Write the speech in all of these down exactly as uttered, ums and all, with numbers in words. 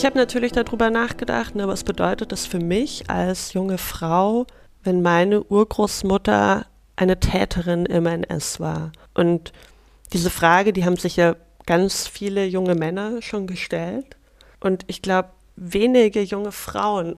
ich habe natürlich darüber nachgedacht, ne, was bedeutet das für mich als junge Frau, wenn meine Urgroßmutter eine Täterin im N S war. Und diese Frage, die haben sich ja ganz viele junge Männer schon gestellt. Und ich glaube, wenige junge Frauen.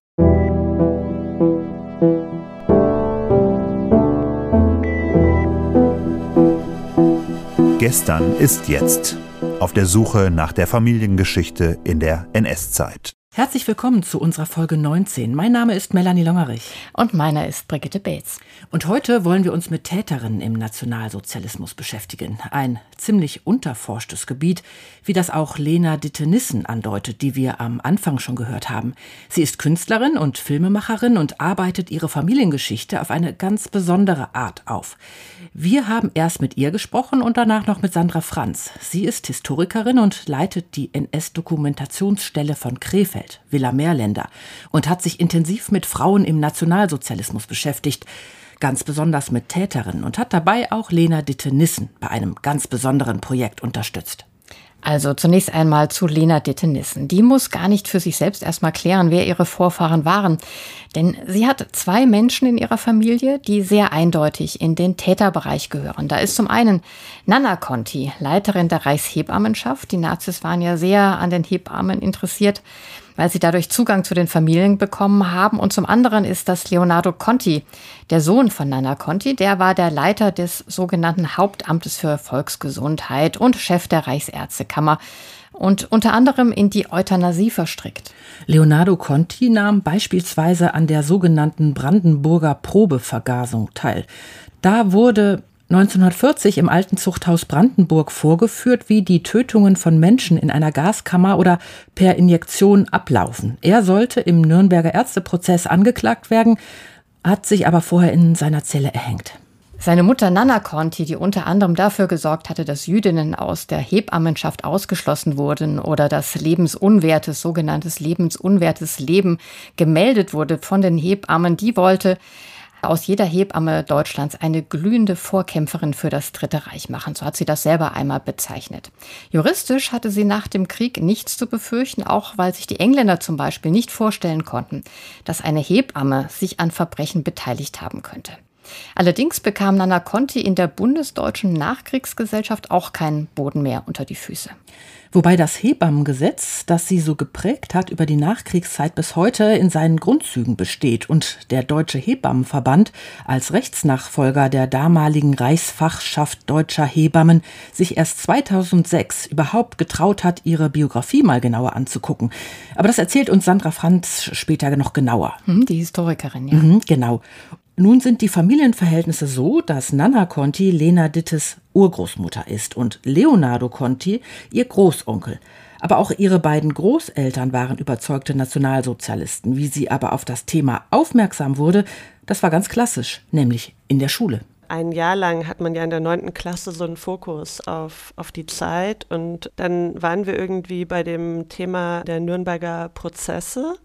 Gestern ist jetzt. Auf der Suche nach der Familiengeschichte in der N S-Zeit. Herzlich willkommen zu unserer Folge neunzehn. Mein Name ist Melanie Longerich. Und meiner ist Brigitte Beetz. Und heute wollen wir uns mit Täterinnen im Nationalsozialismus beschäftigen. Ein ziemlich unterforschtes Gebiet, wie das auch Lena Ditte-Nissen andeutet, die wir am Anfang schon gehört haben. Sie ist Künstlerin und Filmemacherin und arbeitet ihre Familiengeschichte auf eine ganz besondere Art auf. Wir haben erst mit ihr gesprochen und danach noch mit Sandra Franz. Sie ist Historikerin und leitet die N S-Dokumentationsstelle von Krefeld, Villa Meerländer, und hat sich intensiv mit Frauen im Nationalsozialismus beschäftigt, ganz besonders mit Täterinnen, und hat dabei auch Lena Ditte-Nissen bei einem ganz besonderen Projekt unterstützt. Also zunächst einmal zu Lena Ditte-Nissen. Die muss gar nicht für sich selbst erstmal klären, wer ihre Vorfahren waren. Denn sie hat zwei Menschen in ihrer Familie, die sehr eindeutig in den Täterbereich gehören. Da ist zum einen Nanna Conti, Leiterin der Reichshebammenschaft. Die Nazis waren ja sehr an den Hebammen interessiert, weil sie dadurch Zugang zu den Familien bekommen haben. Und zum anderen ist das Leonardo Conti, der Sohn von Nanna Conti. Der war der Leiter des sogenannten Hauptamtes für Volksgesundheit und Chef der Reichsärztekammer und unter anderem in die Euthanasie verstrickt. Leonardo Conti nahm beispielsweise an der sogenannten Brandenburger Probevergasung teil. Da wurde neunzehnhundertvierzig im alten Zuchthaus Brandenburg vorgeführt, wie die Tötungen von Menschen in einer Gaskammer oder per Injektion ablaufen. Er sollte im Nürnberger Ärzteprozess angeklagt werden, hat sich aber vorher in seiner Zelle erhängt. Seine Mutter Nanna Conti, die unter anderem dafür gesorgt hatte, dass Jüdinnen aus der Hebammenschaft ausgeschlossen wurden oder dass lebensunwertes, sogenanntes lebensunwertes Leben gemeldet wurde von den Hebammen, die wollte aus jeder Hebamme Deutschlands eine glühende Vorkämpferin für das Dritte Reich machen. So hat sie das selber einmal bezeichnet. Juristisch hatte sie nach dem Krieg nichts zu befürchten, auch weil sich die Engländer zum Beispiel nicht vorstellen konnten, dass eine Hebamme sich an Verbrechen beteiligt haben könnte. Allerdings bekam Nanna Conti in der bundesdeutschen Nachkriegsgesellschaft auch keinen Boden mehr unter die Füße. Wobei das Hebammengesetz, das sie so geprägt hat über die Nachkriegszeit bis heute, in seinen Grundzügen besteht und der Deutsche Hebammenverband als Rechtsnachfolger der damaligen Reichsfachschaft deutscher Hebammen sich erst zweitausendsechs überhaupt getraut hat, ihre Biografie mal genauer anzugucken. Aber das erzählt uns Sandra Franz später noch genauer. Die Historikerin, ja. Mhm, genau. Nun sind die Familienverhältnisse so, dass Nanna Conti Lena Dittes Urgroßmutter ist und Leonardo Conti ihr Großonkel. Aber auch ihre beiden Großeltern waren überzeugte Nationalsozialisten. Wie sie aber auf das Thema aufmerksam wurde, das war ganz klassisch, nämlich in der Schule. Ein Jahr lang hat man ja in der neunten Klasse so einen Fokus auf, auf die Zeit, und dann waren wir irgendwie bei dem Thema der Nürnberger Prozesse,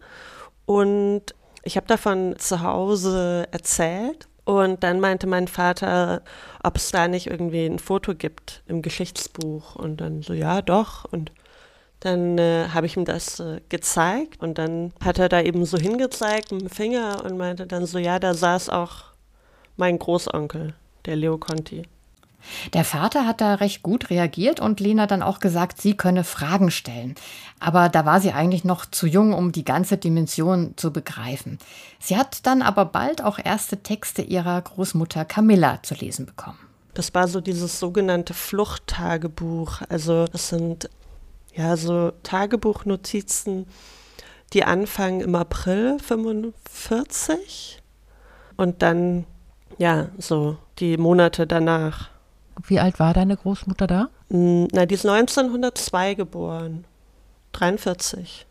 und ich habe davon zu Hause erzählt, und dann meinte mein Vater, ob es da nicht irgendwie ein Foto gibt im Geschichtsbuch, und dann so, ja doch, und dann äh, habe ich ihm das äh, gezeigt, und dann hat er da eben so hingezeigt mit dem Finger und meinte dann so, ja, da saß auch mein Großonkel, der Leo Conti. Der Vater hat da recht gut reagiert und Lena dann auch gesagt, sie könne Fragen stellen. Aber da war sie eigentlich noch zu jung, um die ganze Dimension zu begreifen. Sie hat dann aber bald auch erste Texte ihrer Großmutter Camilla zu lesen bekommen. Das war so dieses sogenannte Fluchttagebuch. Also das sind ja so Tagebuchnotizen, die anfangen im April fünfundvierzig und dann ja so die Monate danach. Wie alt war deine Großmutter da? Na, die ist neunzehnhundertzwei geboren, dreiundvierzig.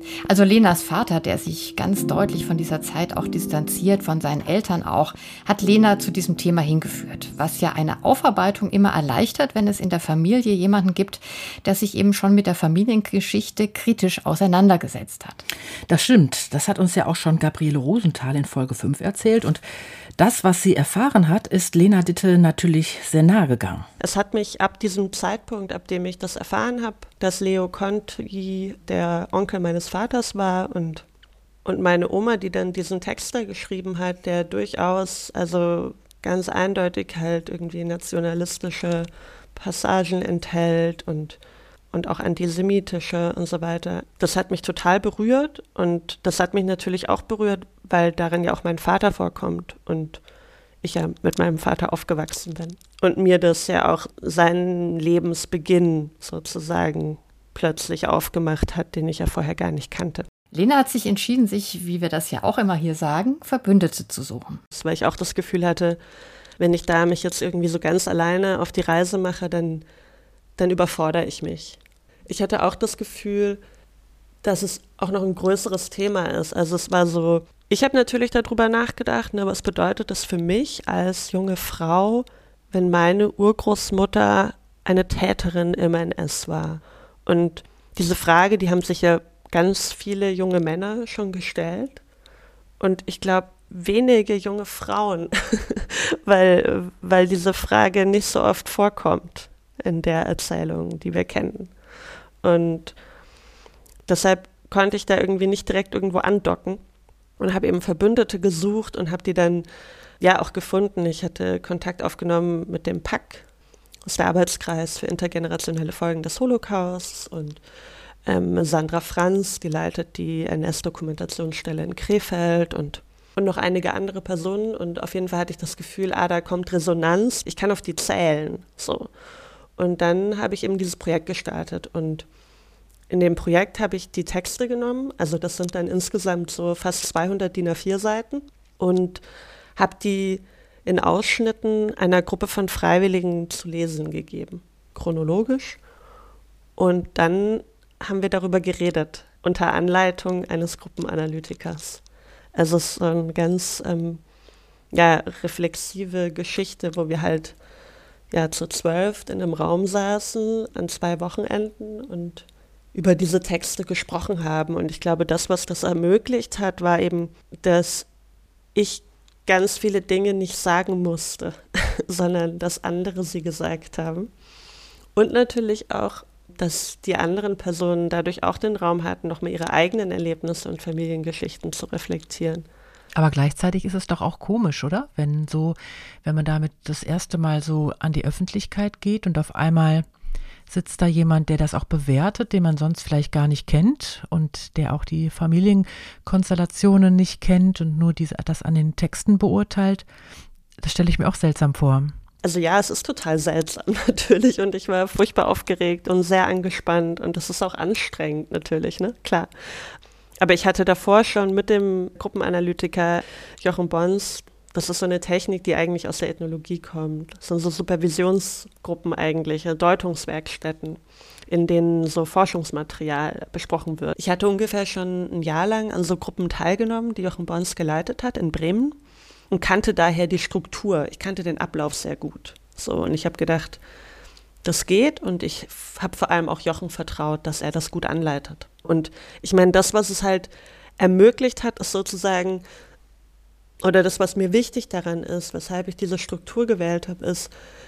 Also Lenas Vater, der sich ganz deutlich von dieser Zeit auch distanziert, von seinen Eltern auch, hat Lena zu diesem Thema hingeführt, was ja eine Aufarbeitung immer erleichtert, wenn es in der Familie jemanden gibt, der sich eben schon mit der Familiengeschichte kritisch auseinandergesetzt hat. Das stimmt, das hat uns ja auch schon Gabriele Rosenthal in Folge fünf erzählt und das, was sie erfahren hat, ist Lena Ditte natürlich sehr nahe gegangen. Es hat mich ab diesem Zeitpunkt, ab dem ich das erfahren habe, dass Leo Conti der Onkel meines Vaters war und, und meine Oma, die dann diesen Text da geschrieben hat, der durchaus, also ganz eindeutig halt irgendwie nationalistische Passagen enthält und, und auch antisemitische und so weiter. Das hat mich total berührt und das hat mich natürlich auch berührt, weil darin ja auch mein Vater vorkommt und ich ja mit meinem Vater aufgewachsen bin. Und mir das ja auch seinen Lebensbeginn sozusagen plötzlich aufgemacht hat, den ich ja vorher gar nicht kannte. Lena hat sich entschieden, sich, wie wir das ja auch immer hier sagen, Verbündete zu suchen. Weil ich auch das Gefühl hatte, wenn ich da mich jetzt irgendwie so ganz alleine auf die Reise mache, dann, dann überfordere ich mich. Ich hatte auch das Gefühl, dass es auch noch ein größeres Thema ist. Also es war so, ich habe natürlich darüber nachgedacht, ne, was bedeutet das für mich als junge Frau, wenn meine Urgroßmutter eine Täterin im N S war. Und diese Frage, die haben sich ja ganz viele junge Männer schon gestellt. Und ich glaube, wenige junge Frauen, weil, weil diese Frage nicht so oft vorkommt in der Erzählung, die wir kennen. Und deshalb konnte ich da irgendwie nicht direkt irgendwo andocken und habe eben Verbündete gesucht und habe die dann ja auch gefunden. Ich hatte Kontakt aufgenommen mit dem P A C, das ist der Arbeitskreis für intergenerationelle Folgen des Holocausts, und ähm, Sandra Franz, die leitet die N S-Dokumentationsstelle in Krefeld und, und noch einige andere Personen. Und auf jeden Fall hatte ich das Gefühl, ah, da kommt Resonanz, ich kann auf die zählen. So. Und dann habe ich eben dieses Projekt gestartet und in dem Projekt habe ich die Texte genommen, also das sind dann insgesamt so fast zweihundert D I N A vier Seiten, und habe die in Ausschnitten einer Gruppe von Freiwilligen zu lesen gegeben, chronologisch. Und dann haben wir darüber geredet, unter Anleitung eines Gruppenanalytikers. Also es ist so eine ganz ähm, ja, reflexive Geschichte, wo wir halt ja, zu zwölf in einem Raum saßen an zwei Wochenenden und über diese Texte gesprochen haben. Und ich glaube, das, was das ermöglicht hat, war eben, dass ich ganz viele Dinge nicht sagen musste, sondern dass andere sie gesagt haben. Und natürlich auch, dass die anderen Personen dadurch auch den Raum hatten, nochmal ihre eigenen Erlebnisse und Familiengeschichten zu reflektieren. Aber gleichzeitig ist es doch auch komisch, oder? Wenn so, wenn man damit das erste Mal so an die Öffentlichkeit geht und auf einmal sitzt da jemand, der das auch bewertet, den man sonst vielleicht gar nicht kennt und der auch die Familienkonstellationen nicht kennt und nur diese, das an den Texten beurteilt. Das stelle ich mir auch seltsam vor. Also ja, es ist total seltsam natürlich, und ich war furchtbar aufgeregt und sehr angespannt und das ist auch anstrengend natürlich, ne, klar. Aber ich hatte davor schon mit dem Gruppenanalytiker Jochen Bons, das ist so eine Technik, die eigentlich aus der Ethnologie kommt. Das sind so Supervisionsgruppen eigentlich, Deutungswerkstätten, in denen so Forschungsmaterial besprochen wird. Ich hatte ungefähr schon ein Jahr lang an so Gruppen teilgenommen, die Jochen Bons geleitet hat in Bremen, und kannte daher die Struktur. Ich kannte den Ablauf sehr gut. So, und ich habe gedacht, das geht, und ich habe vor allem auch Jochen vertraut, dass er das gut anleitet. Und ich meine, das, was es halt ermöglicht hat, ist sozusagen, oder das, was mir wichtig daran ist, weshalb ich diese Struktur gewählt habe, ist,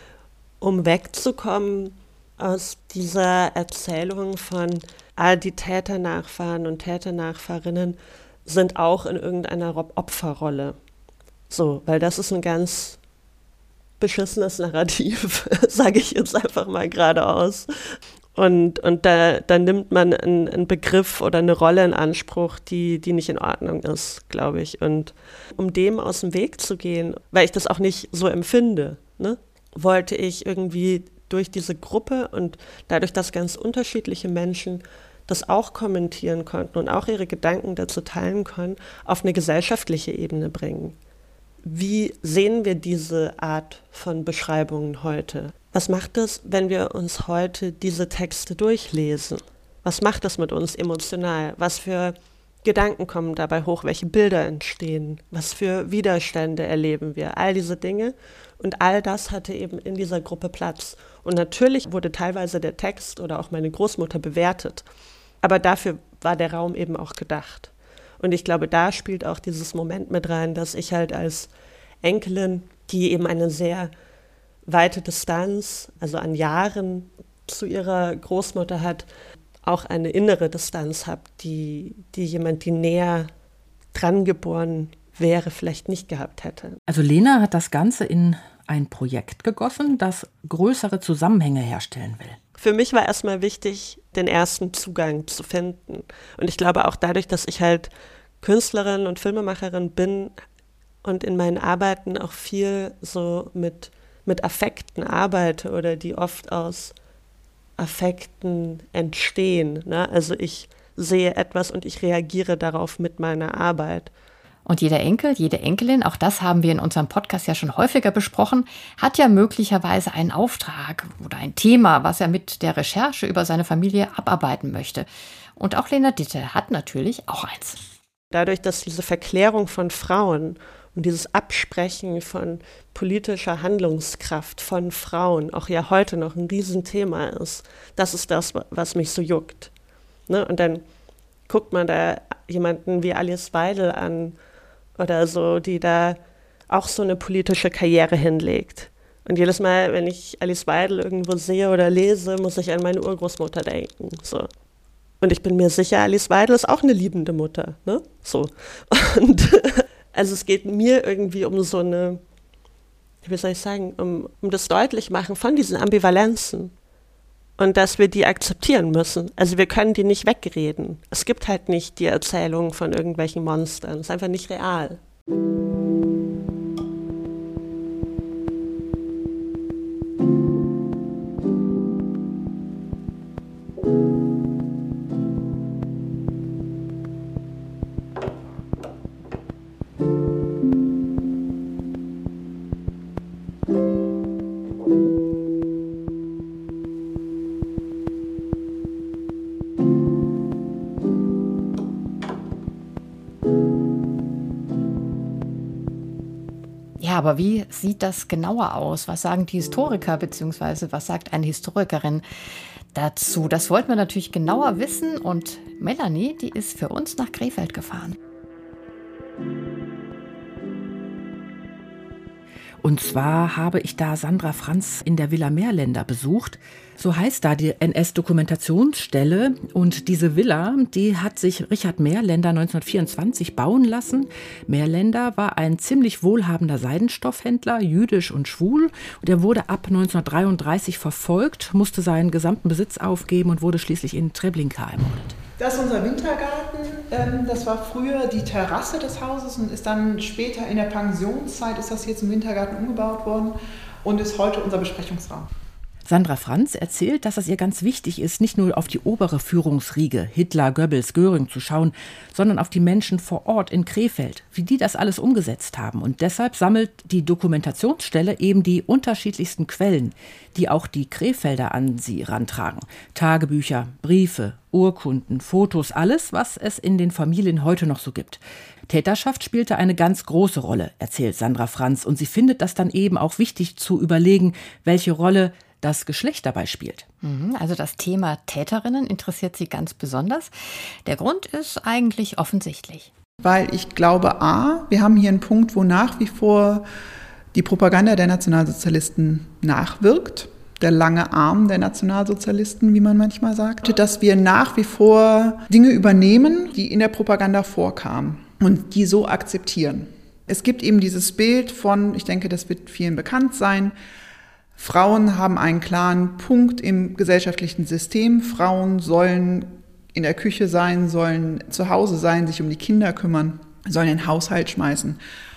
um wegzukommen aus dieser Erzählung von, ah, die Täternachfahren und Täternachfahrinnen sind auch in irgendeiner Opferrolle. So, weil das ist ein ganz beschissenes Narrativ, sage ich jetzt einfach mal geradeaus. Und, und da, da nimmt man einen, einen Begriff oder eine Rolle in Anspruch, die, die nicht in Ordnung ist, glaube ich. Und um dem aus dem Weg zu gehen, weil ich das auch nicht so empfinde, ne, wollte ich irgendwie durch diese Gruppe und dadurch, dass ganz unterschiedliche Menschen das auch kommentieren konnten und auch ihre Gedanken dazu teilen konnten, auf eine gesellschaftliche Ebene bringen. Wie sehen wir diese Art von Beschreibungen heute? Was macht es, wenn wir uns heute diese Texte durchlesen? Was macht das mit uns emotional? Was für Gedanken kommen dabei hoch? Welche Bilder entstehen? Was für Widerstände erleben wir? All diese Dinge. Und all das hatte eben in dieser Gruppe Platz. Und natürlich wurde teilweise der Text oder auch meine Großmutter bewertet. Aber dafür war der Raum eben auch gedacht. Und ich glaube, da spielt auch dieses Moment mit rein, dass ich halt als Enkelin, die eben eine sehr weite Distanz, also an Jahren zu ihrer Großmutter hat, auch eine innere Distanz habe, die, die jemand, die näher dran geboren wäre, vielleicht nicht gehabt hätte. Also Lena hat das Ganze in ein Projekt gegossen, das größere Zusammenhänge herstellen will. Für mich war erstmal wichtig, den ersten Zugang zu finden. Und ich glaube auch dadurch, dass ich halt Künstlerin und Filmemacherin bin und in meinen Arbeiten auch viel so mit, mit Affekten arbeite oder die oft aus Affekten entstehen. Ne? Also ich sehe etwas und ich reagiere darauf mit meiner Arbeit. Und jeder Enkel, jede Enkelin, auch das haben wir in unserem Podcast ja schon häufiger besprochen, hat ja möglicherweise einen Auftrag oder ein Thema, was er mit der Recherche über seine Familie abarbeiten möchte. Und auch Lena Ditte hat natürlich auch eins. Dadurch, dass diese Verklärung von Frauen und dieses Absprechen von politischer Handlungskraft von Frauen auch ja heute noch ein Riesenthema ist, das ist das, was mich so juckt. Ne? Und dann guckt man da jemanden wie Alice Weidel an oder so, die da auch so eine politische Karriere hinlegt. Und jedes Mal, wenn ich Alice Weidel irgendwo sehe oder lese, muss ich an meine Urgroßmutter denken. So. Und ich bin mir sicher, Alice Weidel ist auch eine liebende Mutter. Ne? So. Und also es geht mir irgendwie um so eine, wie soll ich sagen, um, um das Deutlichmachen von diesen Ambivalenzen. Und dass wir die akzeptieren müssen. Also wir können die nicht wegreden. Es gibt halt nicht die Erzählung von irgendwelchen Monstern. Es ist einfach nicht real. Ja, aber wie sieht das genauer aus? Was sagen die Historiker bzw. was sagt eine Historikerin dazu? Das wollten wir natürlich genauer wissen und Melanie, die ist für uns nach Krefeld gefahren. Und zwar habe ich da Sandra Franz in der Villa Meerländer besucht. So heißt da die N S-Dokumentationsstelle. Und diese Villa, die hat sich Richard Meerländer neunzehnhundertvierundzwanzig bauen lassen. Meerländer war ein ziemlich wohlhabender Seidenstoffhändler, jüdisch und schwul. Und er wurde ab neunzehnhundertdreiunddreißig verfolgt, musste seinen gesamten Besitz aufgeben und wurde schließlich in Treblinka ermordet. Das ist unser Wintergarten. Das war früher die Terrasse des Hauses und ist dann später in der Pensionszeit ist das hier zum Wintergarten umgebaut worden und ist heute unser Besprechungsraum. Sandra Franz erzählt, dass es ihr ganz wichtig ist, nicht nur auf die obere Führungsriege, Hitler, Goebbels, Göring zu schauen, sondern auf die Menschen vor Ort in Krefeld, wie die das alles umgesetzt haben. Und deshalb sammelt die Dokumentationsstelle eben die unterschiedlichsten Quellen, die auch die Krefelder an sie rantragen. Tagebücher, Briefe, Urkunden, Fotos, alles, was es in den Familien heute noch so gibt. Täterschaft spielte eine ganz große Rolle, erzählt Sandra Franz. Und sie findet das dann eben auch wichtig zu überlegen, welche Rolle das Geschlecht dabei spielt. Also das Thema Täterinnen interessiert sie ganz besonders. Der Grund ist eigentlich offensichtlich. Weil ich glaube, a, wir haben hier einen Punkt, wo nach wie vor die Propaganda der Nationalsozialisten nachwirkt. Der lange Arm der Nationalsozialisten, wie man manchmal sagt. Dass wir nach wie vor Dinge übernehmen, die in der Propaganda vorkamen und die so akzeptieren. Es gibt eben dieses Bild von, ich denke, das wird vielen bekannt sein, Frauen haben einen klaren Punkt im gesellschaftlichen System. Frauen sollen in der Küche sein, sollen zu Hause sein, sich um die Kinder kümmern, sollen den Haushalt schmeißen.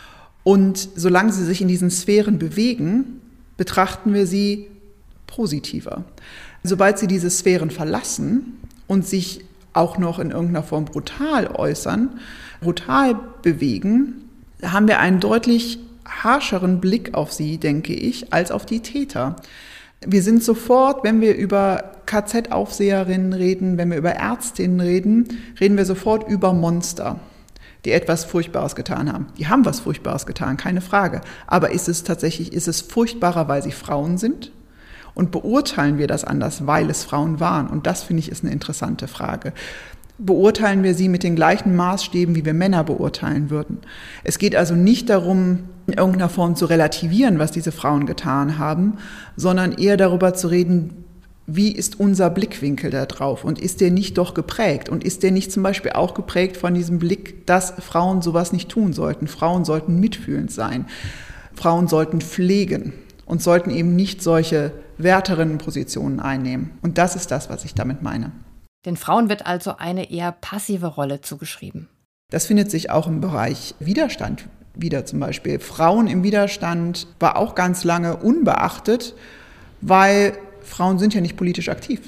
Und solange sie sich in diesen Sphären bewegen, betrachten wir sie positiver. Sobald sie diese Sphären verlassen und sich auch noch in irgendeiner Form brutal äußern, brutal bewegen, haben wir einen deutlich harscheren Blick auf sie, denke ich, als auf die Täter. Wir sind sofort, wenn wir über K Z-Aufseherinnen reden, wenn wir über Ärztinnen reden, reden wir sofort über Monster, die etwas Furchtbares getan haben. Die haben was Furchtbares getan, keine Frage. Aber ist es tatsächlich, ist es furchtbarer, weil sie Frauen sind? Und beurteilen wir das anders, weil es Frauen waren? Und das, finde ich, ist eine interessante Frage. Beurteilen wir sie mit den gleichen Maßstäben, wie wir Männer beurteilen würden? Es geht also nicht darum, in irgendeiner Form zu relativieren, was diese Frauen getan haben, sondern eher darüber zu reden, wie ist unser Blickwinkel da drauf und ist der nicht doch geprägt? Und ist der nicht zum Beispiel auch geprägt von diesem Blick, dass Frauen sowas nicht tun sollten? Frauen sollten mitfühlend sein. Frauen sollten pflegen und sollten eben nicht solche werteren Positionen einnehmen. Und das ist das, was ich damit meine. Den Frauen wird also eine eher passive Rolle zugeschrieben. Das findet sich auch im Bereich Widerstand wieder zum Beispiel. Frauen im Widerstand war auch ganz lange unbeachtet, weil Frauen sind ja nicht politisch aktiv.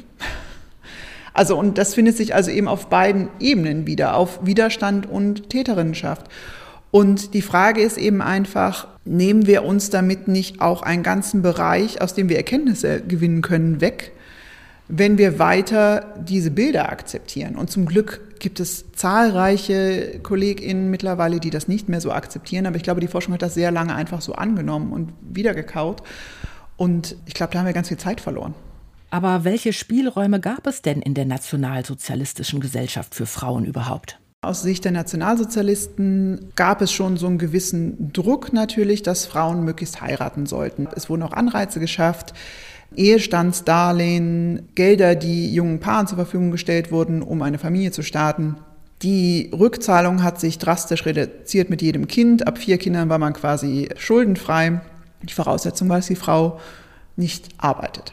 Also, und das findet sich also eben auf beiden Ebenen wieder, auf Widerstand und Täterinnenschaft. Und die Frage ist eben einfach, nehmen wir uns damit nicht auch einen ganzen Bereich, aus dem wir Erkenntnisse gewinnen können, weg, wenn wir weiter diese Bilder akzeptieren? Und zum Glück gibt es zahlreiche KollegInnen mittlerweile, die das nicht mehr so akzeptieren. Aber ich glaube, die Forschung hat das sehr lange einfach so angenommen und wiedergekaut. Und ich glaube, da haben wir ganz viel Zeit verloren. Aber welche Spielräume gab es denn in der nationalsozialistischen Gesellschaft für Frauen überhaupt? Aus Sicht der Nationalsozialisten gab es schon so einen gewissen Druck natürlich, dass Frauen möglichst heiraten sollten. Es wurden auch Anreize geschafft, Ehestandsdarlehen, Gelder, die jungen Paaren zur Verfügung gestellt wurden, um eine Familie zu starten. Die Rückzahlung hat sich drastisch reduziert mit jedem Kind. Ab vier Kindern war man quasi schuldenfrei. Die Voraussetzung war, dass die Frau nicht arbeitet.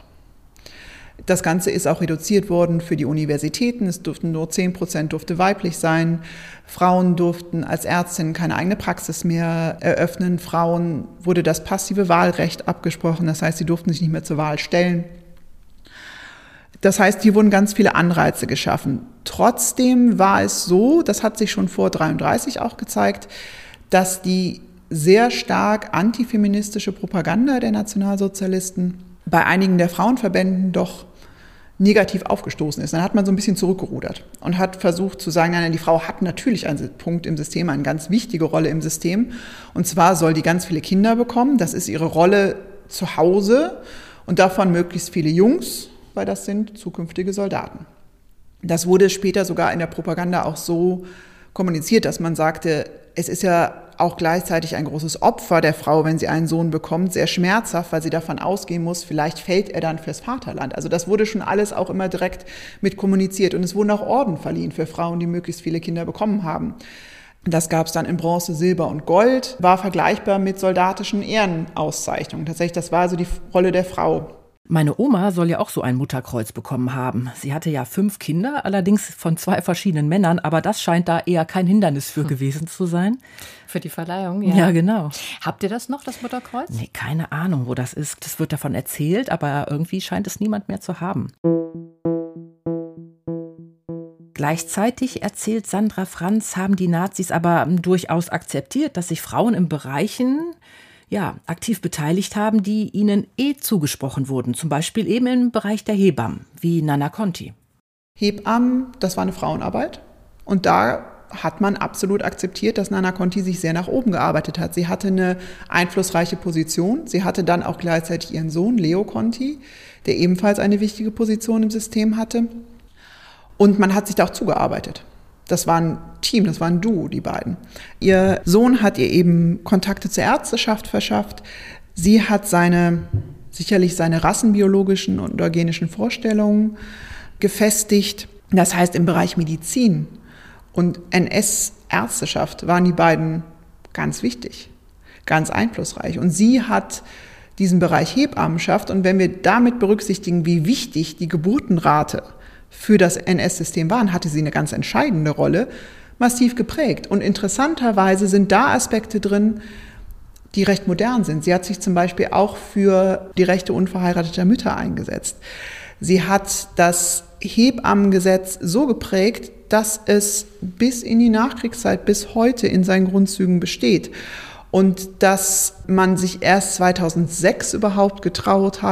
Das Ganze ist auch reduziert worden für die Universitäten. Es durften nur zehn Prozent durfte weiblich sein. Frauen durften als Ärztin keine eigene Praxis mehr eröffnen. Frauen wurde das passive Wahlrecht abgesprochen. Das heißt, sie durften sich nicht mehr zur Wahl stellen. Das heißt, hier wurden ganz viele Anreize geschaffen. Trotzdem war es so, das hat sich schon vor dreiunddreißig auch gezeigt, dass die sehr stark antifeministische Propaganda der Nationalsozialisten bei einigen der Frauenverbänden doch negativ aufgestoßen ist. Dann hat man so ein bisschen zurückgerudert und hat versucht zu sagen, nein, die Frau hat natürlich einen Punkt im System, eine ganz wichtige Rolle im System. Und zwar soll die ganz viele Kinder bekommen. Das ist ihre Rolle zu Hause und davon möglichst viele Jungs, weil das sind zukünftige Soldaten. Das wurde später sogar in der Propaganda auch so kommuniziert, dass man sagte, es ist ja auch gleichzeitig ein großes Opfer der Frau, wenn sie einen Sohn bekommt, sehr schmerzhaft, weil sie davon ausgehen muss, vielleicht fällt er dann fürs Vaterland. Also das wurde schon alles auch immer direkt mit kommuniziert. Und es wurden auch Orden verliehen für Frauen, die möglichst viele Kinder bekommen haben. Das gab es dann in Bronze, Silber und Gold, war vergleichbar mit soldatischen Ehrenauszeichnungen. Tatsächlich, das war also die Rolle der Frau. Meine Oma soll ja auch so ein Mutterkreuz bekommen haben. Sie hatte ja fünf Kinder, allerdings von zwei verschiedenen Männern, aber das scheint da eher kein Hindernis für gewesen zu sein. Für die Verleihung, ja. Ja, genau. Habt ihr das noch, das Mutterkreuz? Nee, keine Ahnung, wo das ist. Das wird davon erzählt, aber irgendwie scheint es niemand mehr zu haben. Gleichzeitig, erzählt Sandra Franz, haben die Nazis aber durchaus akzeptiert, dass sich Frauen in Bereichen ja, aktiv beteiligt haben, die ihnen eh zugesprochen wurden. Zum Beispiel eben im Bereich der Hebammen, wie Nana Conti. Hebammen, das war eine Frauenarbeit. Und da hat man absolut akzeptiert, dass Nana Conti sich sehr nach oben gearbeitet hat. Sie hatte eine einflussreiche Position. Sie hatte dann auch gleichzeitig ihren Sohn, Leo Conti, der ebenfalls eine wichtige Position im System hatte. Und man hat sich da auch zugearbeitet. Das war ein Team, das war ein Duo, die beiden. Ihr Sohn hat ihr eben Kontakte zur Ärzteschaft verschafft. Sie hat seine, sicherlich seine rassenbiologischen und eugenischen Vorstellungen gefestigt. Das heißt, im Bereich Medizin und N S-Ärzteschaft waren die beiden ganz wichtig, ganz einflussreich. Und sie hat diesen Bereich Hebammenschaft, und wenn wir damit berücksichtigen, wie wichtig die Geburtenrate für das N S-System waren, hatte sie eine ganz entscheidende Rolle, massiv geprägt. Und interessanterweise sind da Aspekte drin, die recht modern sind. Sie hat sich zum Beispiel auch für die Rechte unverheirateter Mütter eingesetzt. Sie hat das Hebammengesetz so geprägt, dass es bis in die Nachkriegszeit, bis heute in seinen Grundzügen besteht. Und dass man sich erst zweitausendsechs überhaupt getraut hat,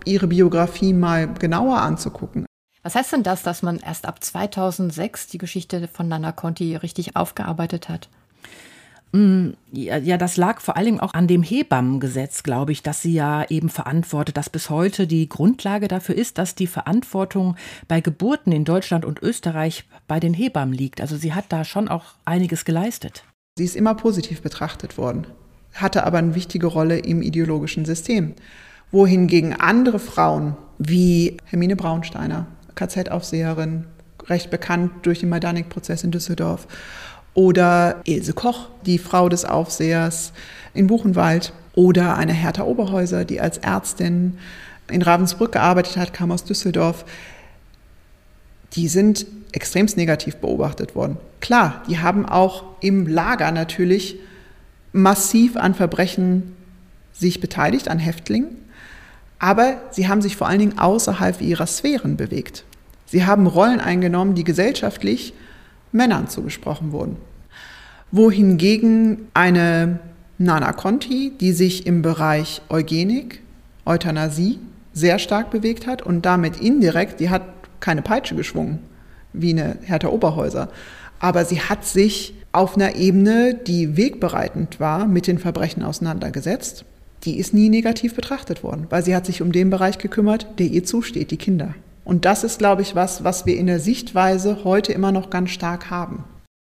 ihre Biografie mal genauer anzugucken. Was heißt denn das, dass man erst ab zweitausendsechs die Geschichte von Nana Conti richtig aufgearbeitet hat? Ja, ja, das lag vor allem auch an dem Hebammengesetz, glaube ich, dass sie ja eben verantwortet, dass bis heute die Grundlage dafür ist, dass die Verantwortung bei Geburten in Deutschland und Österreich bei den Hebammen liegt. Also sie hat da schon auch einiges geleistet. Sie ist immer positiv betrachtet worden, hatte aber eine wichtige Rolle im ideologischen System. Wohingegen andere Frauen wie Hermine Braunsteiner, K Z-Aufseherin, recht bekannt durch den Majdanek-Prozess in Düsseldorf, oder Ilse Koch, die Frau des Aufsehers in Buchenwald, oder eine Hertha Oberhäuser, die als Ärztin in Ravensbrück gearbeitet hat, kam aus Düsseldorf. Die sind extremst negativ beobachtet worden. Klar, die haben auch im Lager natürlich massiv an Verbrechen sich beteiligt, an Häftlingen, aber sie haben sich vor allen Dingen außerhalb ihrer Sphären bewegt. Sie haben Rollen eingenommen, die gesellschaftlich Männern zugesprochen wurden. Wohingegen eine Nana Conti, die sich im Bereich Eugenik, Euthanasie sehr stark bewegt hat und damit indirekt, die hat keine Peitsche geschwungen, wie eine Hertha Oberhäuser, aber sie hat sich auf einer Ebene, die wegbereitend war, mit den Verbrechen auseinandergesetzt. Die ist nie negativ betrachtet worden, weil sie hat sich um den Bereich gekümmert, der ihr zusteht, die Kinder. Und das ist, glaube ich, was, was wir in der Sichtweise heute immer noch ganz stark haben.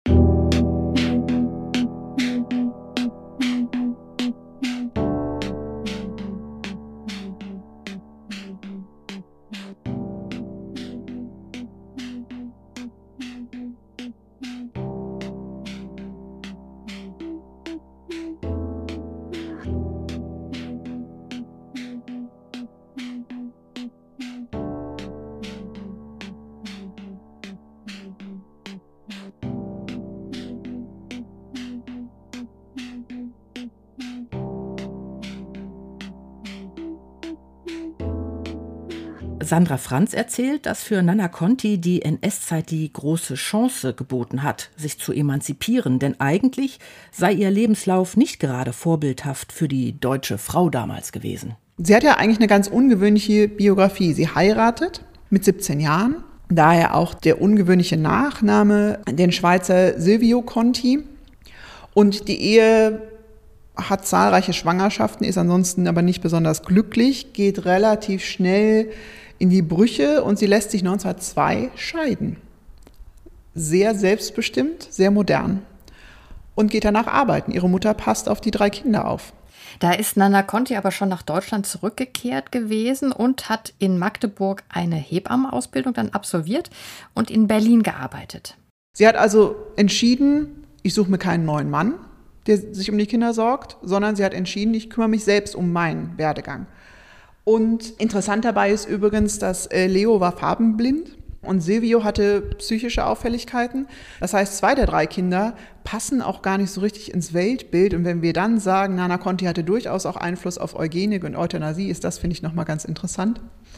Sandra Franz erzählt, dass für Nana Conti die N S-Zeit die große Chance geboten hat, sich zu emanzipieren. Denn eigentlich sei ihr Lebenslauf nicht gerade vorbildhaft für die deutsche Frau damals gewesen. Sie hat ja eigentlich eine ganz ungewöhnliche Biografie. Sie heiratet mit siebzehn Jahren, daher auch der ungewöhnliche Nachname, den Schweizer Silvio Conti. Und die Ehe hat zahlreiche Schwangerschaften, ist ansonsten aber nicht besonders glücklich, geht relativ schnell in die Brüche und sie lässt sich neunzehnhundertzwei scheiden. Sehr selbstbestimmt, sehr modern und geht danach arbeiten. Ihre Mutter passt auf die drei Kinder auf. Da ist Nana Conti aber schon nach Deutschland zurückgekehrt gewesen und hat in Magdeburg eine Hebammenausbildung dann absolviert und in Berlin gearbeitet. Sie hat also entschieden, ich suche mir keinen neuen Mann, der sich um die Kinder sorgt, sondern sie hat entschieden, ich kümmere mich selbst um meinen Werdegang. Und interessant dabei ist übrigens, dass Leo war farbenblind und Silvio hatte psychische Auffälligkeiten. Das heißt, zwei der drei Kinder passen auch gar nicht so richtig ins Weltbild. Und wenn wir dann sagen, Nana Conti hatte durchaus auch Einfluss auf Eugenik und Euthanasie, ist das, finde ich, nochmal ganz interessant.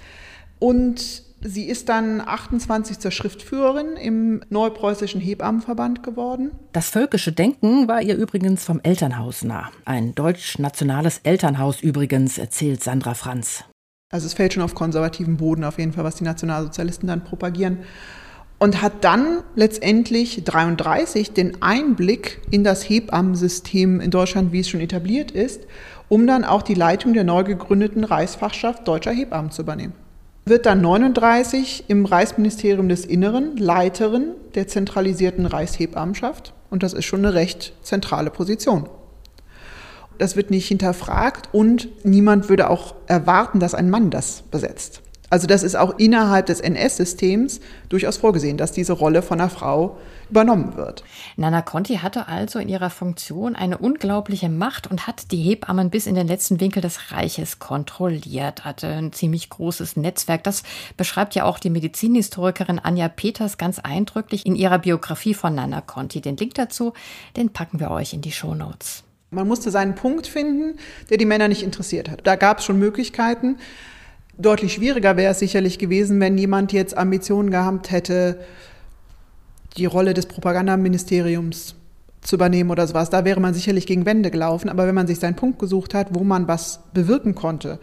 Und sie ist dann achtundzwanzig zur Schriftführerin im Neupreußischen Hebammenverband geworden. Das völkische Denken war ihr übrigens vom Elternhaus nah. Ein deutsch-nationales Elternhaus übrigens, erzählt Sandra Franz. Also es fällt schon auf konservativen Boden auf jeden Fall, was die Nationalsozialisten dann propagieren. Und hat dann letztendlich dreiunddreißig den Einblick in das Hebammensystem in Deutschland, wie es schon etabliert ist, um dann auch die Leitung der neu gegründeten Reichsfachschaft Deutscher Hebammen zu übernehmen. Wird dann neununddreißig im Reichsministerium des Inneren Leiterin der zentralisierten Reichshebammenschaft. Und das ist schon eine recht zentrale Position. Das wird nicht hinterfragt und niemand würde auch erwarten, dass ein Mann das besetzt. Also das ist auch innerhalb des N S-Systems durchaus vorgesehen, dass diese Rolle von einer Frau übernommen wird. Nana Conti hatte also in ihrer Funktion eine unglaubliche Macht und hat die Hebammen bis in den letzten Winkel des Reiches kontrolliert, hatte ein ziemlich großes Netzwerk. Das beschreibt ja auch die Medizinhistorikerin Anja Peters ganz eindrücklich in ihrer Biografie von Nana Conti. Den Link dazu, den packen wir euch in die Shownotes. Man musste seinen Punkt finden, der die Männer nicht interessiert hat. Da gab es schon Möglichkeiten. Deutlich schwieriger wäre es sicherlich gewesen, wenn jemand jetzt Ambitionen gehabt hätte, die Rolle des Propagandaministeriums zu übernehmen oder sowas. Da wäre man sicherlich gegen Wände gelaufen. Aber wenn man sich seinen Punkt gesucht hat, wo man was bewirken konnte,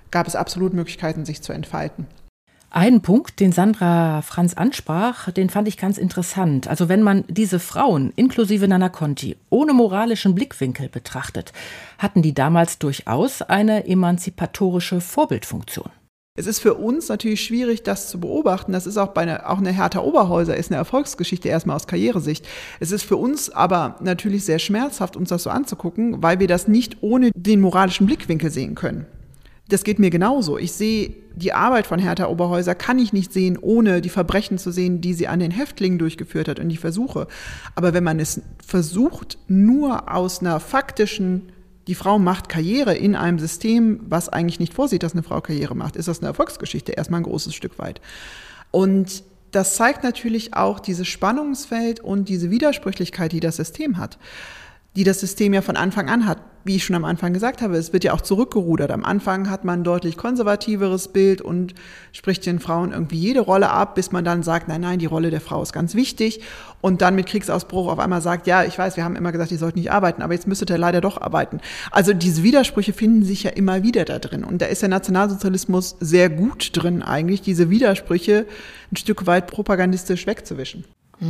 gab es absolut Möglichkeiten, sich zu entfalten. Einen Punkt, den Sandra Franz ansprach, den fand ich ganz interessant. Also wenn man diese Frauen, inklusive Nana Conti, ohne moralischen Blickwinkel betrachtet, hatten die damals durchaus eine emanzipatorische Vorbildfunktion. Es ist für uns natürlich schwierig, das zu beobachten. Das ist auch bei einer, auch eine Hertha Oberhäuser ist eine Erfolgsgeschichte erstmal aus Karrieresicht. Es ist für uns aber natürlich sehr schmerzhaft, uns das so anzugucken, weil wir das nicht ohne den moralischen Blickwinkel sehen können. Das geht mir genauso. Ich sehe die Arbeit von Hertha Oberhäuser, kann ich nicht sehen, ohne die Verbrechen zu sehen, die sie an den Häftlingen durchgeführt hat und die Versuche. Aber wenn man es versucht, nur aus einer faktischen, die Frau macht Karriere in einem System, was eigentlich nicht vorsieht, dass eine Frau Karriere macht, ist das eine Erfolgsgeschichte, erstmal ein großes Stück weit. Und das zeigt natürlich auch dieses Spannungsfeld und diese Widersprüchlichkeit, die das System hat. Die das System ja von Anfang an hat. Wie ich schon am Anfang gesagt habe, es wird ja auch zurückgerudert. Am Anfang hat man ein deutlich konservativeres Bild und spricht den Frauen irgendwie jede Rolle ab, bis man dann sagt, nein, nein, die Rolle der Frau ist ganz wichtig. Und dann mit Kriegsausbruch auf einmal sagt, ja, ich weiß, wir haben immer gesagt, ihr sollt nicht arbeiten, aber jetzt müsstet ihr leider doch arbeiten. Also diese Widersprüche finden sich ja immer wieder da drin. Und da ist der Nationalsozialismus sehr gut drin eigentlich, diese Widersprüche ein Stück weit propagandistisch wegzuwischen.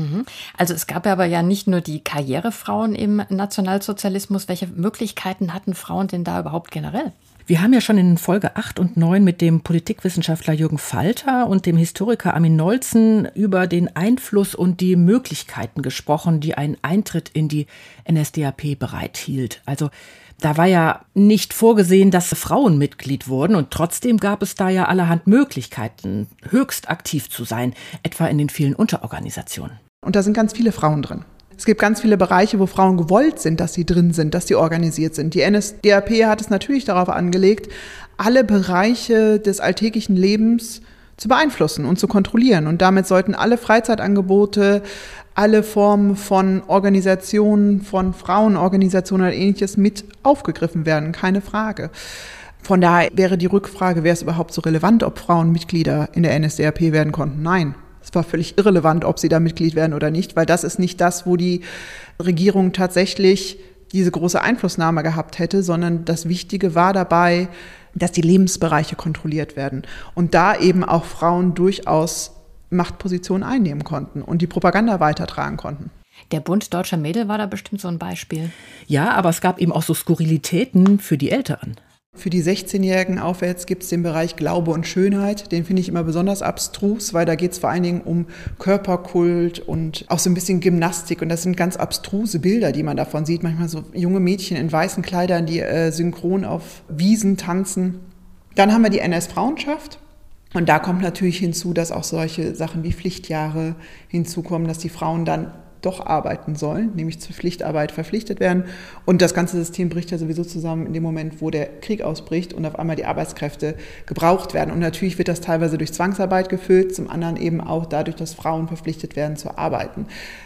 Also es gab aber ja nicht nur die Karrierefrauen im Nationalsozialismus. Welche Möglichkeiten hatten Frauen denn da überhaupt generell? Wir haben ja schon in Folge acht und neun mit dem Politikwissenschaftler Jürgen Falter und dem Historiker Armin Nolzen über den Einfluss und die Möglichkeiten gesprochen, die ein Eintritt in die N S D A P bereithielt. Also da war ja nicht vorgesehen, dass Frauen Mitglied wurden und trotzdem gab es da ja allerhand Möglichkeiten, höchst aktiv zu sein, etwa in den vielen Unterorganisationen. Und da sind ganz viele Frauen drin. Es gibt ganz viele Bereiche, wo Frauen gewollt sind, dass sie drin sind, dass sie organisiert sind. Die N S D A P hat es natürlich darauf angelegt, alle Bereiche des alltäglichen Lebens zu beeinflussen und zu kontrollieren. Und damit sollten alle Freizeitangebote, alle Formen von Organisationen, von Frauenorganisationen oder Ähnliches mit aufgegriffen werden, keine Frage. Von daher wäre die Rückfrage, wäre es überhaupt so relevant, ob Frauen Mitglieder in der N S D A P werden konnten? Nein. Es war völlig irrelevant, ob sie da Mitglied werden oder nicht, weil das ist nicht das, wo die Regierung tatsächlich diese große Einflussnahme gehabt hätte, sondern das Wichtige war dabei, dass die Lebensbereiche kontrolliert werden und da eben auch Frauen durchaus Machtpositionen einnehmen konnten und die Propaganda weitertragen konnten. Der Bund Deutscher Mädel war da bestimmt so ein Beispiel. Ja, aber es gab eben auch so Skurrilitäten für die Älteren. Für die sechzehnjährigen aufwärts gibt es den Bereich Glaube und Schönheit. Den finde ich immer besonders abstrus, weil da geht es vor allen Dingen um Körperkult und auch so ein bisschen Gymnastik. Und das sind ganz abstruse Bilder, die man davon sieht. Manchmal so junge Mädchen in weißen Kleidern, die äh, synchron auf Wiesen tanzen. Dann haben wir die N S-Frauenschaft. Und da kommt natürlich hinzu, dass auch solche Sachen wie Pflichtjahre hinzukommen, dass die Frauen dann doch arbeiten sollen, nämlich zur Pflichtarbeit verpflichtet werden. Und das ganze System bricht ja sowieso zusammen in dem Moment, wo der Krieg ausbricht und auf einmal die Arbeitskräfte gebraucht werden. Und natürlich wird das teilweise durch Zwangsarbeit gefüllt, zum anderen eben auch dadurch, dass Frauen verpflichtet werden zu arbeiten.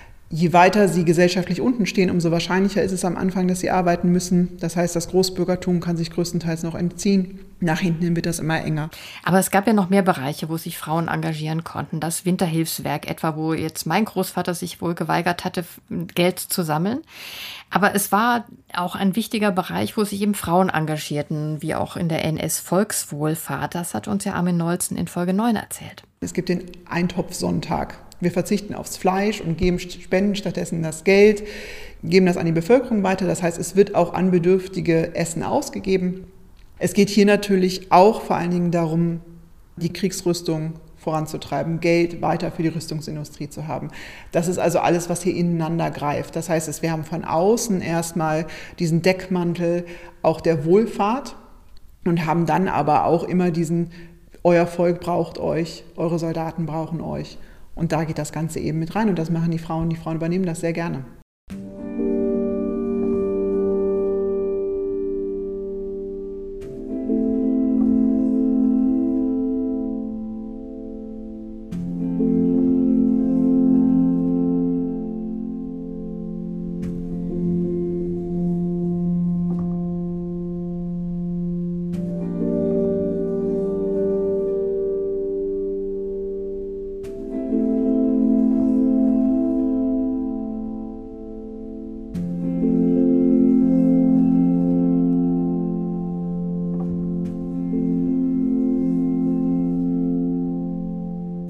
Je weiter sie gesellschaftlich unten stehen, umso wahrscheinlicher ist es am Anfang, dass sie arbeiten müssen. Das heißt, das Großbürgertum kann sich größtenteils noch entziehen. Nach hinten hin wird das immer enger. Aber es gab ja noch mehr Bereiche, wo sich Frauen engagieren konnten. Das Winterhilfswerk etwa, wo jetzt mein Großvater sich wohl geweigert hatte, Geld zu sammeln. Aber es war auch ein wichtiger Bereich, wo sich eben Frauen engagierten, wie auch in der N S-Volkswohlfahrt. Das hat uns ja Armin Nolzen in Folge neun erzählt. Es gibt den Eintopfsonntag. Wir verzichten aufs Fleisch und geben spenden stattdessen das Geld, geben das an die Bevölkerung weiter. Das heißt, es wird auch an bedürftige Essen ausgegeben. Es geht hier natürlich auch vor allen Dingen darum, die Kriegsrüstung voranzutreiben, Geld weiter für die Rüstungsindustrie zu haben. Das ist also alles, was hier ineinander greift. Das heißt, wir haben von außen erstmal diesen Deckmantel auch der Wohlfahrt und haben dann aber auch immer diesen, euer Volk braucht euch, eure Soldaten brauchen euch. Und da geht das Ganze eben mit rein und das machen die Frauen. Die Frauen übernehmen das sehr gerne.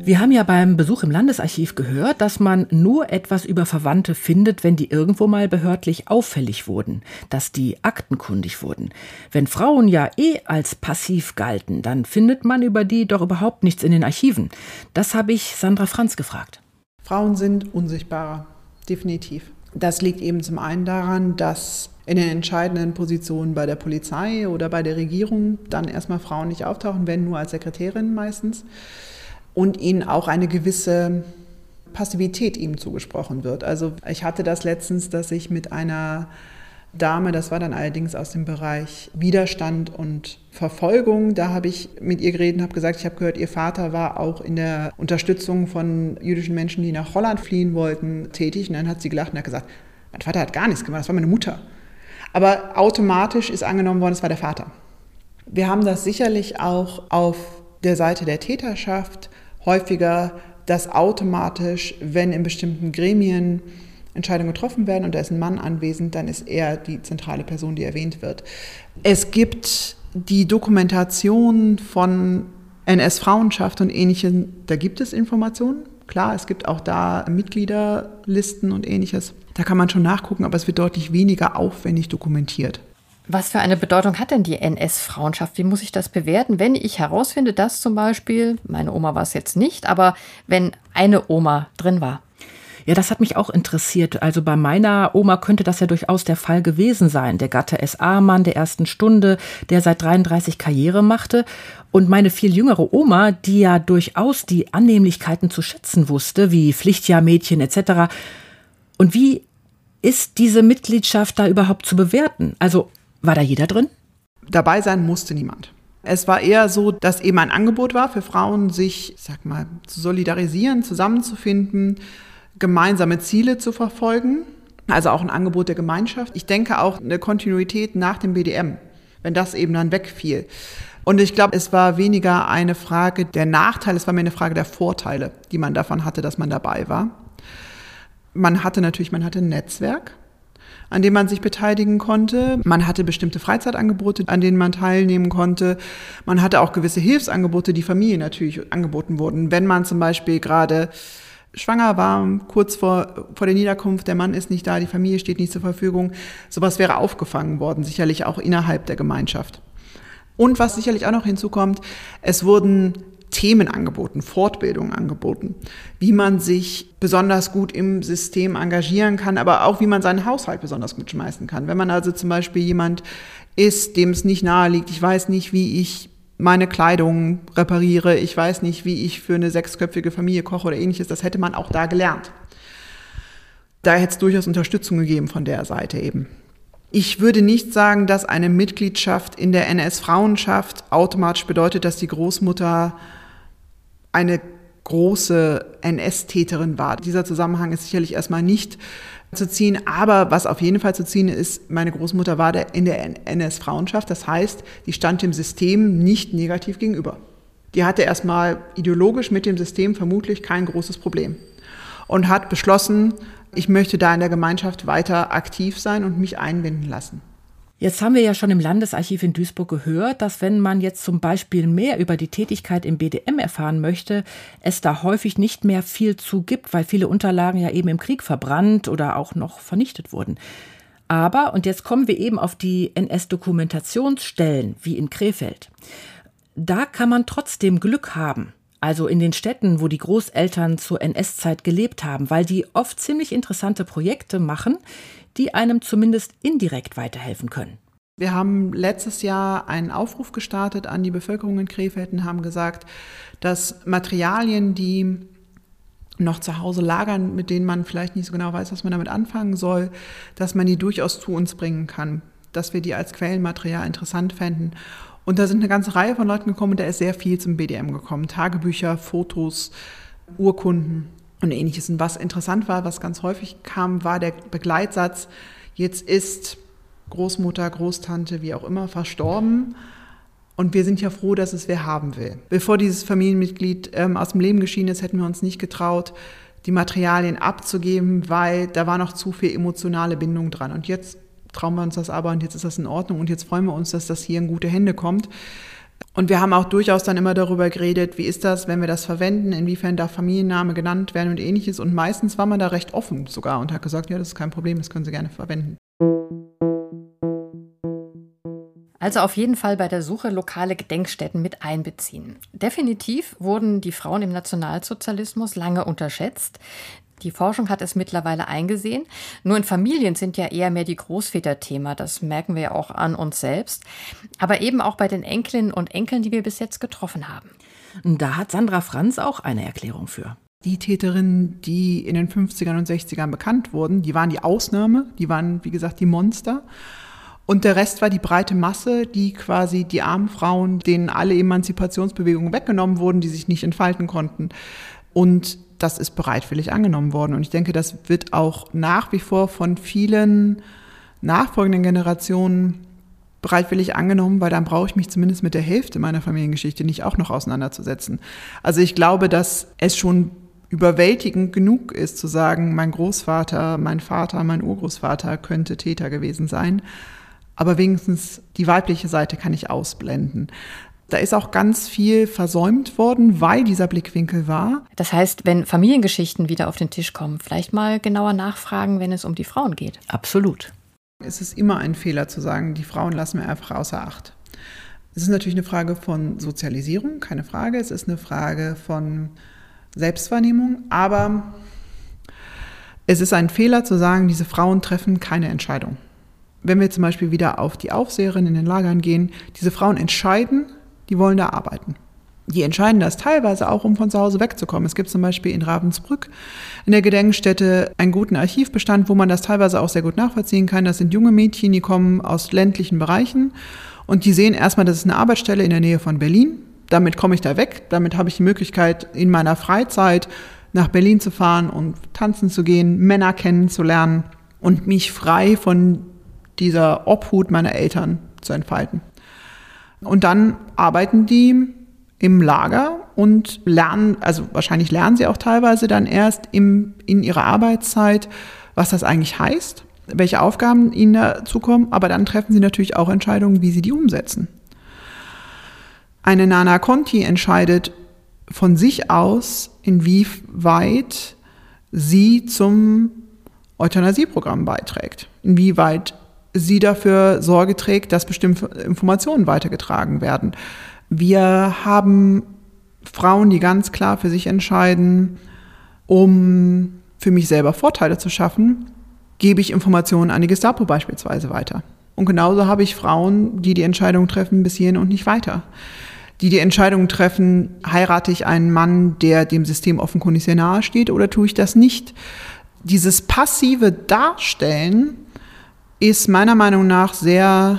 Wir haben ja beim Besuch im Landesarchiv gehört, dass man nur etwas über Verwandte findet, wenn die irgendwo mal behördlich auffällig wurden, dass die aktenkundig wurden. Wenn Frauen ja eh als passiv galten, dann findet man über die doch überhaupt nichts in den Archiven. Das habe ich Sandra Franz gefragt. Frauen sind unsichtbarer, definitiv. Das liegt eben zum einen daran, dass in den entscheidenden Positionen bei der Polizei oder bei der Regierung dann erstmal Frauen nicht auftauchen, wenn nur als Sekretärin meistens. Und ihnen auch eine gewisse Passivität ihm zugesprochen wird. Also ich hatte das letztens, dass ich mit einer Dame, das war dann allerdings aus dem Bereich Widerstand und Verfolgung, da habe ich mit ihr geredet und habe gesagt, ich habe gehört, ihr Vater war auch in der Unterstützung von jüdischen Menschen, die nach Holland fliehen wollten, tätig. Und dann hat sie gelacht und hat gesagt, mein Vater hat gar nichts gemacht, das war meine Mutter. Aber automatisch ist angenommen worden, es war der Vater. Wir haben das sicherlich auch auf der Seite der Täterschaft häufiger, dass automatisch, wenn in bestimmten Gremien Entscheidungen getroffen werden und da ist ein Mann anwesend, dann ist er die zentrale Person, die erwähnt wird. Es gibt die Dokumentation von N S-Frauenschaft und Ähnlichem, da gibt es Informationen. Klar, es gibt auch da Mitgliederlisten und Ähnliches. Da kann man schon nachgucken, aber es wird deutlich weniger aufwendig dokumentiert. Was für eine Bedeutung hat denn die N S-Frauenschaft? Wie muss ich das bewerten, wenn ich herausfinde, dass zum Beispiel, meine Oma war es jetzt nicht, aber wenn eine Oma drin war? Ja, das hat mich auch interessiert. Also bei meiner Oma könnte das ja durchaus der Fall gewesen sein. Der Gatte S A-Mann der ersten Stunde, der seit dreiunddreißig Karriere machte. Und meine viel jüngere Oma, die ja durchaus die Annehmlichkeiten zu schätzen wusste, wie Pflichtjahrmädchen et cetera. Und wie ist diese Mitgliedschaft da überhaupt zu bewerten? Also war da jeder drin? Dabei sein musste niemand. Es war eher so, dass eben ein Angebot war für Frauen, sich, ich sag mal, zu solidarisieren, zusammenzufinden, gemeinsame Ziele zu verfolgen. Also auch ein Angebot der Gemeinschaft. Ich denke auch eine Kontinuität nach dem B D M, wenn das eben dann wegfiel. Und ich glaube, es war weniger eine Frage der Nachteile, es war mehr eine Frage der Vorteile, die man davon hatte, dass man dabei war. Man hatte natürlich, man hatte ein Netzwerk, an dem man sich beteiligen konnte. Man hatte bestimmte Freizeitangebote, an denen man teilnehmen konnte. Man hatte auch gewisse Hilfsangebote, die Familien natürlich angeboten wurden. Wenn man zum Beispiel gerade schwanger war, kurz vor, vor der Niederkunft, der Mann ist nicht da, die Familie steht nicht zur Verfügung. Sowas wäre aufgefangen worden, sicherlich auch innerhalb der Gemeinschaft. Und was sicherlich auch noch hinzukommt, es wurden Themen angeboten, Fortbildungen angeboten, wie man sich besonders gut im System engagieren kann, aber auch wie man seinen Haushalt besonders gut schmeißen kann. Wenn man also zum Beispiel jemand ist, dem es nicht nahe liegt, ich weiß nicht, wie ich meine Kleidung repariere, ich weiß nicht, wie ich für eine sechsköpfige Familie koche oder Ähnliches, das hätte man auch da gelernt. Da hätte es durchaus Unterstützung gegeben von der Seite eben. Ich würde nicht sagen, dass eine Mitgliedschaft in der N S-Frauenschaft automatisch bedeutet, dass die Großmutter eine große N S-Täterin war. Dieser Zusammenhang ist sicherlich erstmal nicht zu ziehen, aber was auf jeden Fall zu ziehen ist, meine Großmutter war in der N S-Frauenschaft, das heißt, die stand dem System nicht negativ gegenüber. Die hatte erstmal ideologisch mit dem System vermutlich kein großes Problem und hat beschlossen, ich möchte da in der Gemeinschaft weiter aktiv sein und mich einbinden lassen. Jetzt haben wir ja schon im Landesarchiv in Duisburg gehört, dass wenn man jetzt zum Beispiel mehr über die Tätigkeit im B D M erfahren möchte, es da häufig nicht mehr viel zu gibt, weil viele Unterlagen ja eben im Krieg verbrannt oder auch noch vernichtet wurden. Aber, und jetzt kommen wir eben auf die N S-Dokumentationsstellen wie in Krefeld, da kann man trotzdem Glück haben. Also in den Städten, wo die Großeltern zur N S-Zeit gelebt haben, weil die oft ziemlich interessante Projekte machen, die einem zumindest indirekt weiterhelfen können. Wir haben letztes Jahr einen Aufruf gestartet an die Bevölkerung in Krefeld und haben gesagt, dass Materialien, die noch zu Hause lagern, mit denen man vielleicht nicht so genau weiß, was man damit anfangen soll, dass man die durchaus zu uns bringen kann, dass wir die als Quellenmaterial interessant fänden. Und da sind eine ganze Reihe von Leuten gekommen und da ist sehr viel zum B D M gekommen. Tagebücher, Fotos, Urkunden und Ähnliches. Und was interessant war, was ganz häufig kam, war der Begleitsatz, jetzt ist Großmutter, Großtante, wie auch immer, verstorben und wir sind ja froh, dass es wer haben will. Bevor dieses Familienmitglied ähm, aus dem Leben geschieden ist, hätten wir uns nicht getraut, die Materialien abzugeben, weil da war noch zu viel emotionale Bindung dran. Und jetzt trauen wir uns das aber und jetzt ist das in Ordnung und jetzt freuen wir uns, dass das hier in gute Hände kommt. Und wir haben auch durchaus dann immer darüber geredet, wie ist das, wenn wir das verwenden, inwiefern darf Familienname genannt werden und ähnliches. Und meistens war man da recht offen sogar und hat gesagt, ja, das ist kein Problem, das können Sie gerne verwenden. Also auf jeden Fall bei der Suche lokale Gedenkstätten mit einbeziehen. Definitiv wurden die Frauen im Nationalsozialismus lange unterschätzt. Die Forschung hat es mittlerweile eingesehen. Nur in Familien sind ja eher mehr die Großväter Thema. Das merken wir ja auch an uns selbst. Aber eben auch bei den Enkelinnen und Enkeln, die wir bis jetzt getroffen haben. Da hat Sandra Franz auch eine Erklärung für. Die Täterinnen, die in den fünfzigern und sechzigern bekannt wurden, die waren die Ausnahme. Die waren, wie gesagt, die Monster. Und der Rest war die breite Masse, die quasi die armen Frauen, denen alle Emanzipationsbewegungen weggenommen wurden, die sich nicht entfalten konnten. Und das ist bereitwillig angenommen worden. Und ich denke, das wird auch nach wie vor von vielen nachfolgenden Generationen bereitwillig angenommen, weil dann brauche ich mich zumindest mit der Hälfte meiner Familiengeschichte nicht auch noch auseinanderzusetzen. Also ich glaube, dass es schon überwältigend genug ist, zu sagen, mein Großvater, mein Vater, mein Urgroßvater könnte Täter gewesen sein. Aber wenigstens die weibliche Seite kann ich ausblenden. Da ist auch ganz viel versäumt worden, weil dieser Blickwinkel war. Das heißt, wenn Familiengeschichten wieder auf den Tisch kommen, vielleicht mal genauer nachfragen, wenn es um die Frauen geht. Absolut. Es ist immer ein Fehler zu sagen, die Frauen lassen wir einfach außer Acht. Es ist natürlich eine Frage von Sozialisierung, keine Frage. Es ist eine Frage von Selbstwahrnehmung. Aber es ist ein Fehler zu sagen, diese Frauen treffen keine Entscheidung. Wenn wir zum Beispiel wieder auf die Aufseherinnen in den Lagern gehen, diese Frauen entscheiden, die wollen da arbeiten. Die entscheiden das teilweise auch, um von zu Hause wegzukommen. Es gibt zum Beispiel in Ravensbrück in der Gedenkstätte einen guten Archivbestand, wo man das teilweise auch sehr gut nachvollziehen kann. Das sind junge Mädchen, die kommen aus ländlichen Bereichen und die sehen erstmal, das ist eine Arbeitsstelle in der Nähe von Berlin. Damit komme ich da weg. Damit habe ich die Möglichkeit, in meiner Freizeit nach Berlin zu fahren und tanzen zu gehen, Männer kennenzulernen und mich frei von dieser Obhut meiner Eltern zu entfalten. Und dann arbeiten die im Lager und lernen, also wahrscheinlich lernen sie auch teilweise dann erst im, in ihrer Arbeitszeit, was das eigentlich heißt, welche Aufgaben ihnen da zukommen, aber dann treffen sie natürlich auch Entscheidungen, wie sie die umsetzen. Eine Nana Conti entscheidet von sich aus, inwieweit sie zum Euthanasieprogramm beiträgt, inwieweit sie dafür Sorge trägt, dass bestimmte Informationen weitergetragen werden. Wir haben Frauen, die ganz klar für sich entscheiden, um für mich selber Vorteile zu schaffen, gebe ich Informationen an die Gestapo beispielsweise weiter. Und genauso habe ich Frauen, die die Entscheidung treffen, bis hierhin und nicht weiter. Die die Entscheidung treffen, heirate ich einen Mann, der dem System offenkundig sehr nahe steht, oder tue ich das nicht? Dieses passive Darstellen ist meiner Meinung nach sehr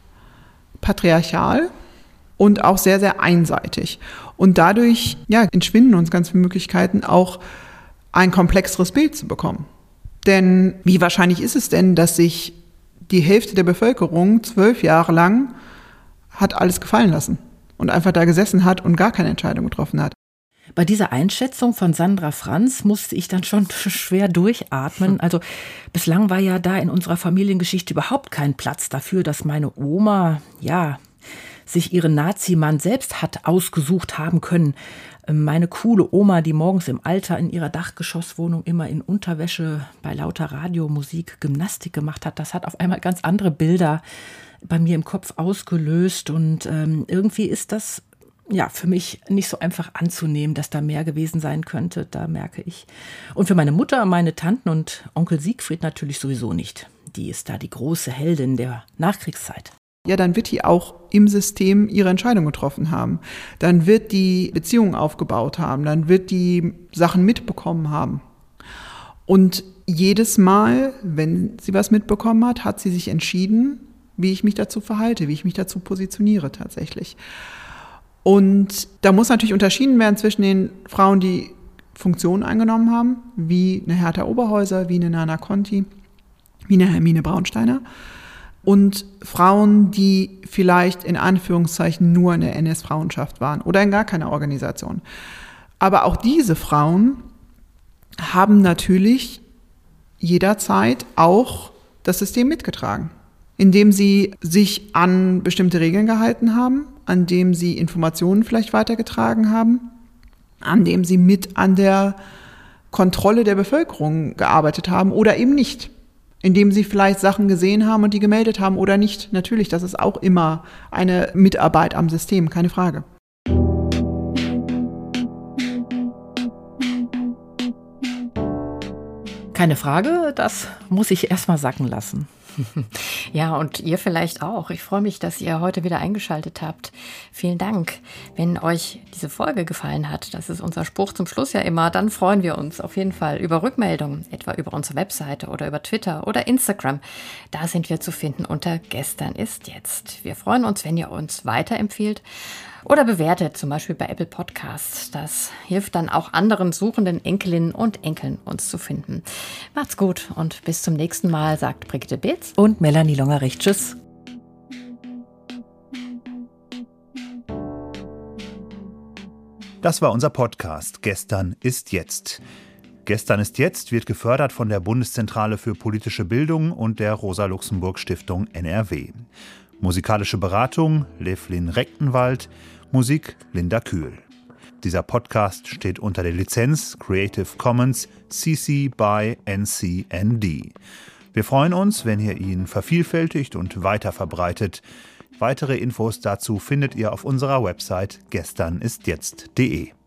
patriarchal und auch sehr, sehr einseitig. Und dadurch ja, entschwinden uns ganz viele Möglichkeiten, auch ein komplexeres Bild zu bekommen. Denn wie wahrscheinlich ist es denn, dass sich die Hälfte der Bevölkerung zwölf Jahre lang hat alles gefallen lassen und einfach da gesessen hat und gar keine Entscheidung getroffen hat? Bei dieser Einschätzung von Sandra Franz musste ich dann schon schwer durchatmen. Also bislang war ja da in unserer Familiengeschichte überhaupt kein Platz dafür, dass meine Oma, ja, sich ihren Nazimann selbst hat ausgesucht haben können. Meine coole Oma, die morgens im Alter in ihrer Dachgeschosswohnung immer in Unterwäsche bei lauter Radiomusik Gymnastik gemacht hat, das hat auf einmal ganz andere Bilder bei mir im Kopf ausgelöst. Und ähm, irgendwie ist das ja für mich nicht so einfach anzunehmen, dass da mehr gewesen sein könnte, da merke ich. Und für meine Mutter, meine Tanten und Onkel Siegfried natürlich sowieso nicht. Die ist da die große Heldin der Nachkriegszeit. Ja, dann wird die auch im System ihre Entscheidung getroffen haben. Dann wird die Beziehungen aufgebaut haben. Dann wird die Sachen mitbekommen haben. Und jedes Mal, wenn sie was mitbekommen hat, hat sie sich entschieden, wie ich mich dazu verhalte, wie ich mich dazu positioniere tatsächlich. Und da muss natürlich unterschieden werden zwischen den Frauen, die Funktionen eingenommen haben, wie eine Hertha Oberhäuser, wie eine Nana Conti, wie eine Hermine Braunsteiner, und Frauen, die vielleicht in Anführungszeichen nur in der N S-Frauenschaft waren oder in gar keiner Organisation. Aber auch diese Frauen haben natürlich jederzeit auch das System mitgetragen, indem sie sich an bestimmte Regeln gehalten haben an dem Sie Informationen vielleicht weitergetragen haben, an dem Sie mit an der Kontrolle der Bevölkerung gearbeitet haben oder eben nicht. Indem Sie vielleicht Sachen gesehen haben und die gemeldet haben oder nicht. Natürlich, das ist auch immer eine Mitarbeit am System, keine Frage. Keine Frage, das muss ich erstmal sacken lassen. Ja, und ihr vielleicht auch. Ich freue mich, dass ihr heute wieder eingeschaltet habt. Vielen Dank. Wenn euch diese Folge gefallen hat, das ist unser Spruch zum Schluss ja immer, dann freuen wir uns auf jeden Fall über Rückmeldungen, etwa über unsere Webseite oder über Twitter oder Instagram. Da sind wir zu finden unter Gestern ist jetzt. Wir freuen uns, wenn ihr uns weiterempfehlt oder bewertet, zum Beispiel bei Apple Podcasts. Das hilft dann auch anderen suchenden Enkelinnen und Enkeln, uns zu finden. Macht's gut und bis zum nächsten Mal, sagt Brigitte Beetz und Melanie Longerich. Tschüss. Das war unser Podcast Gestern ist jetzt. Gestern ist jetzt wird gefördert von der Bundeszentrale für politische Bildung und der Rosa-Luxemburg-Stiftung N R W. Musikalische Beratung Levlin Rechtenwald, Musik Linda Kühl. Dieser Podcast steht unter der Lizenz Creative Commons C C by N C N D. Wir freuen uns, wenn ihr ihn vervielfältigt und weiterverbreitet. Weitere Infos dazu findet ihr auf unserer Website gestern ist jetzt punkt de.